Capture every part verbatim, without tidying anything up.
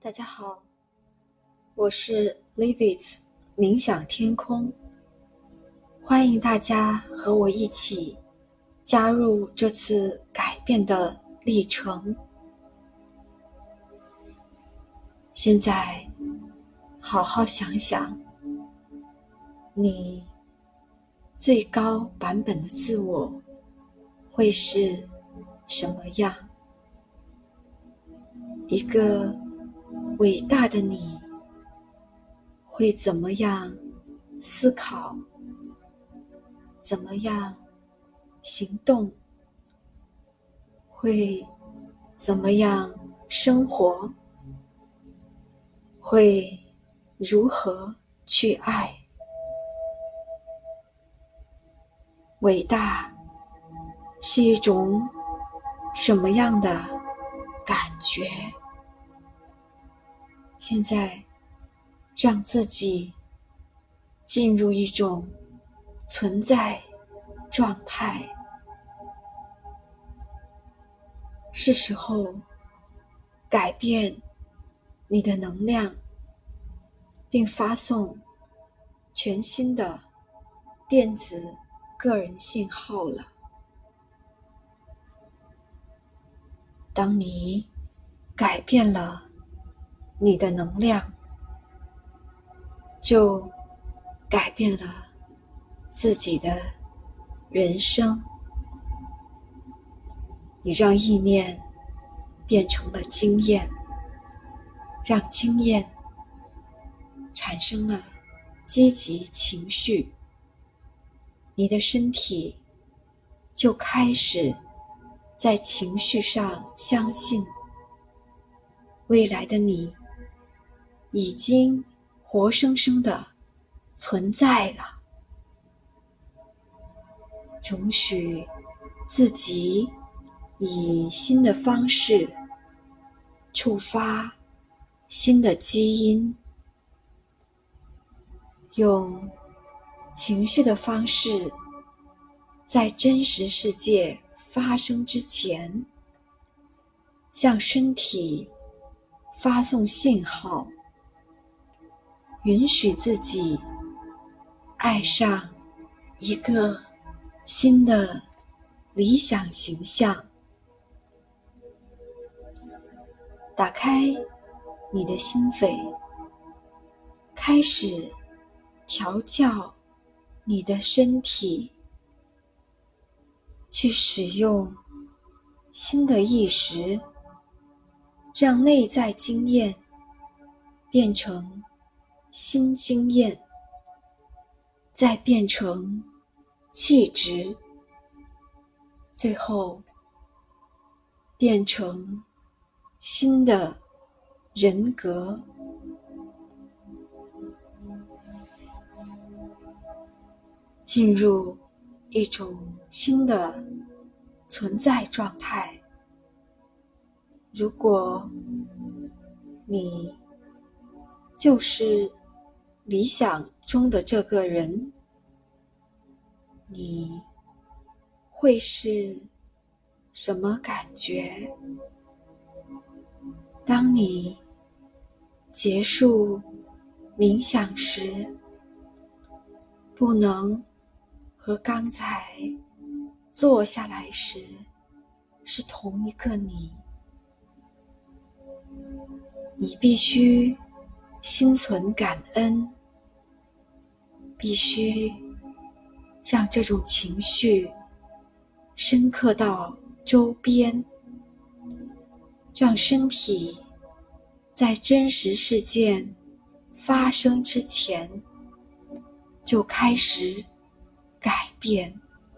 大家好，我是 Livis 冥想天空，欢迎大家和我一起加入这次改变的历程。现在好好想想，你最高版本的自我会是什么样？一个伟大的你会怎么样思考？怎么样行动？会怎么样生活？会如何去爱？伟大是一种什么样的感觉？现在让自己进入一种存在状态，是时候改变你的能量，并发送全新的电子个人信号了。当你改变了你的能量，就改变了自己的人生。你让意念变成了经验，让经验产生了积极情绪，你的身体就开始在情绪上相信未来的你已经活生生的存在了。容许自己以新的方式触发新的基因，用情绪的方式在真实世界发生之前，向身体发送信号，允许自己爱上一个新的理想形象。打开你的心扉，开始调教你的身体，去使用新的意识，让内在经验变成新经验，再变成气质，最后变成新的人格。进入一种新的存在状态。如果你就是理想中的这个人，你会是什么感觉？当你结束冥想时，不能和刚才坐下来时是同一个你，你必须心存感恩，必须让这种情绪深刻到周边，让身体在真实事件发生之前就开始改变，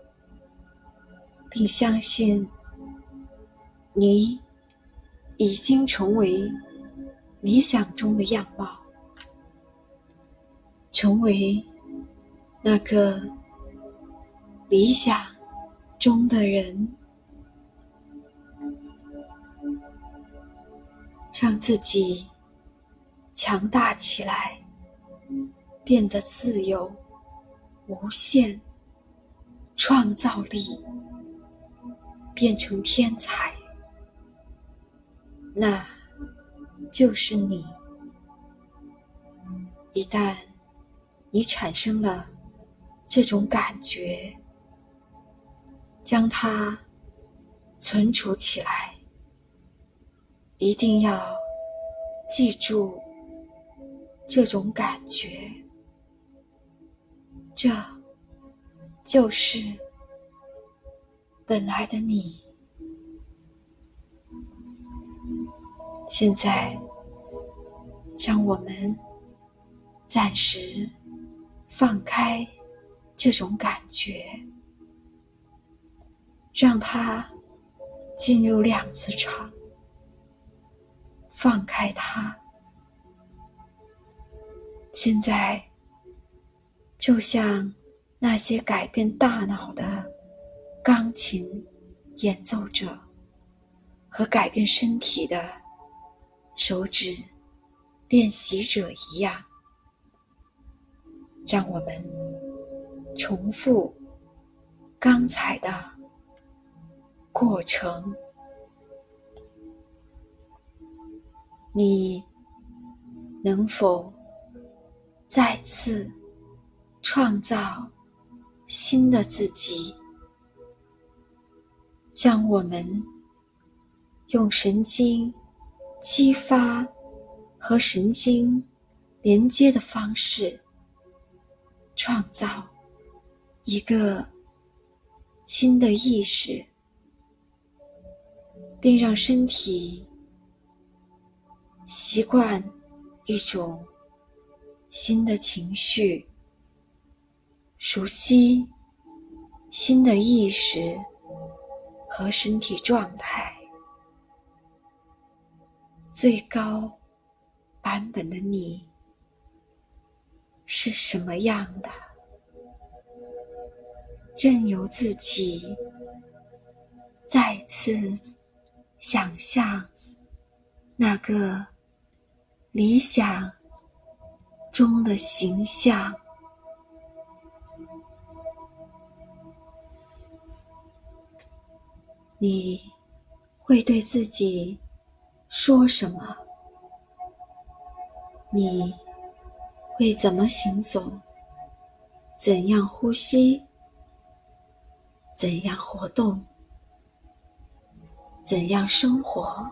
并相信你已经成为理想中的样貌，成为那个理想中的人，让自己强大起来，变得自由、无限，创造力，变成天才。那就是你。一旦你产生了这种感觉，将它存储起来，一定要记住这种感觉，这就是本来的你。现在让我们暂时放开这种感觉，让它进入量子场，放开它。现在就像那些改变大脑的钢琴演奏者和改变身体的手指练习者一样，让我们重复刚才的过程。你能否再次创造新的自己？让我们用神经激发和神经连接的方式，创造一个新的意识，并让身体习惯一种新的情绪，熟悉新的意识和身体状态。最高版本的你是什么样的？任由自己再次想象那个理想中的形象。你会对自己说什么？你会怎么行走？怎样呼吸？怎样活动？怎样生活？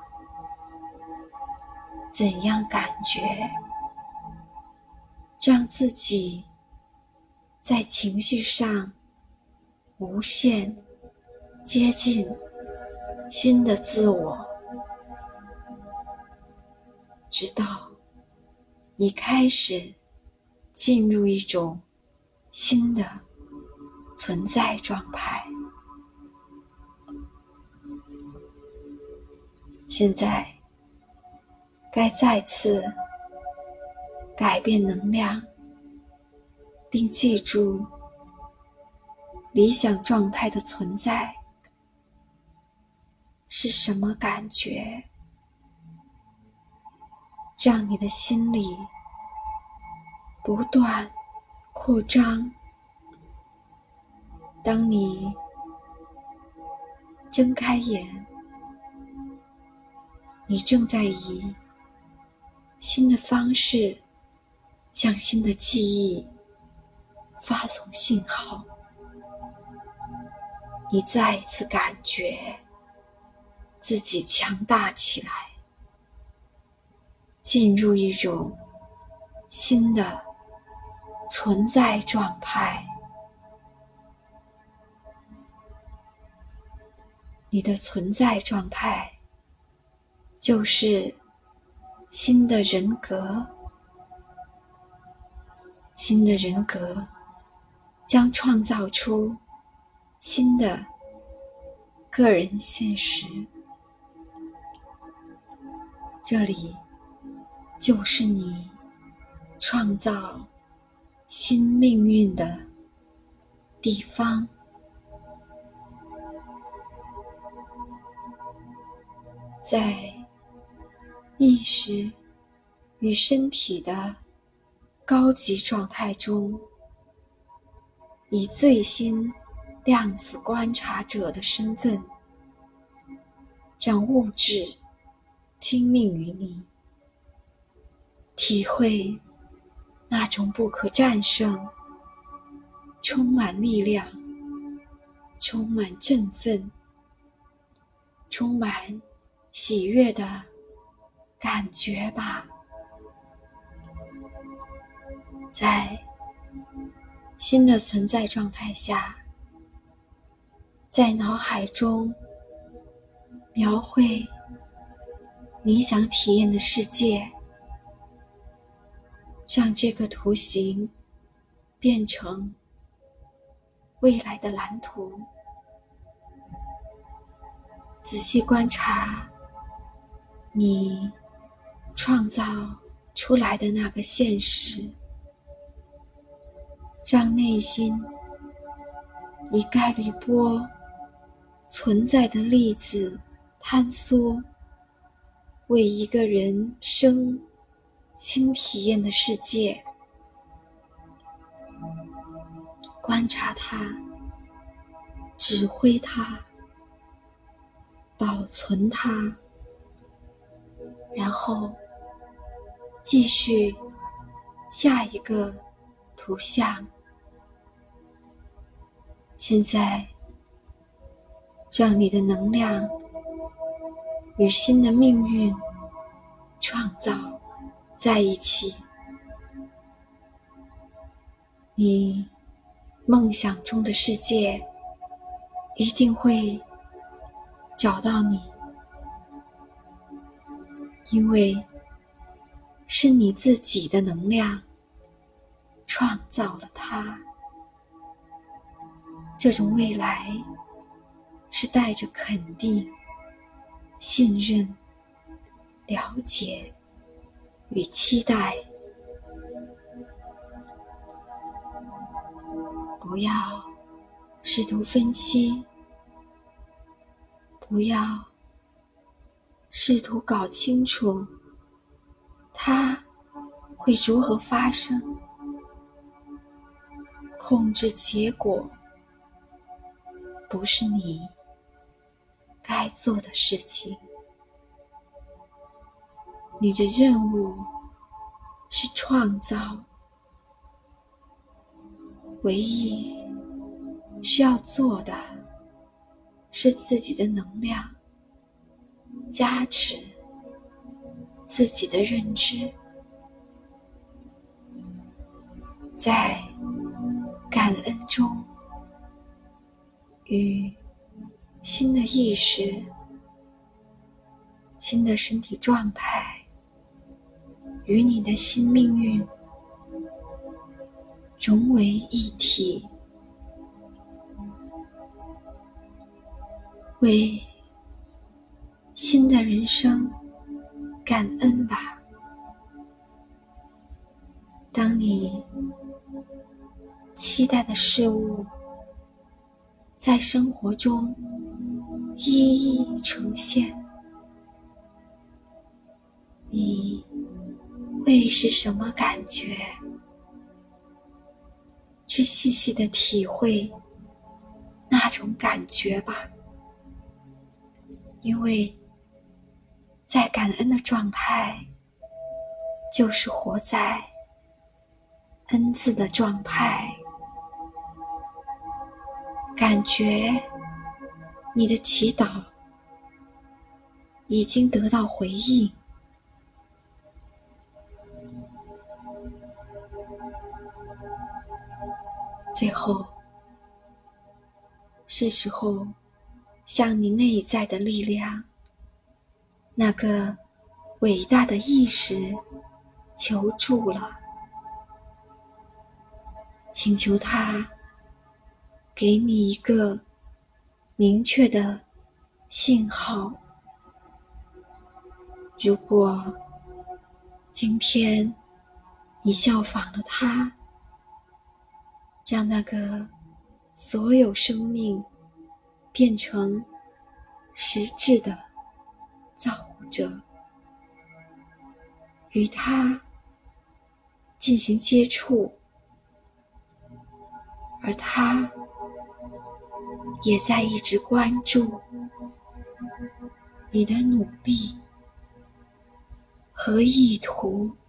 怎样感觉？让自己在情绪上无限接近新的自我，直到你开始进入一种新的存在状态。现在该再次改变能量，并记住理想状态的存在是什么感觉，让你的心里不断扩张。当你睁开眼，你正在以新的方式向新的记忆发送信号。你再一次感觉自己强大起来，进入一种新的存在状态。你的存在状态就是新的人格，新的人格将创造出新的个人现实。这里就是你创造新命运的地方。在意识与身体的高级状态中，以最新量子观察者的身份，让物质听命于你， 体会那种不可战胜、充满力量、充满振奋、充满喜悦的感觉吧。在新的存在状态下，在脑海中描绘你想体验的世界，让这个图形变成未来的蓝图。仔细观察你创造出来的那个现实，让内心以概率波存在的粒子坍缩，为一个人生新体验的世界。观察它，指挥它，保存它，然后继续下一个图像。现在让你的能量与新的命运创造在一起，你梦想中的世界一定会找到你，因为是你自己的能量创造了它。这种未来是带着肯定、信任、了解与期待。不要试图分析，不要试图搞清楚它会如何发生。控制结果不是你该做的事情，你的任务是创造，唯一需要做的是自己的能量加持自己的认知，在感恩中与新的意识、新的身体状态与你的新命运融为一体，为新的人生感恩吧。当你期待的事物在生活中一一呈现，你会是什么感觉？去细细地体会那种感觉吧，因为在感恩的状态，就是活在恩赐的状态。感觉你的祈祷已经得到回应，最后是时候向你内在的力量，那个伟大的意识求助了，请求他给你一个明确的信号。如果今天你效仿了他，让那个所有生命变成实质的造物者，与他进行接触，而他也在一直关注你的努力和意图。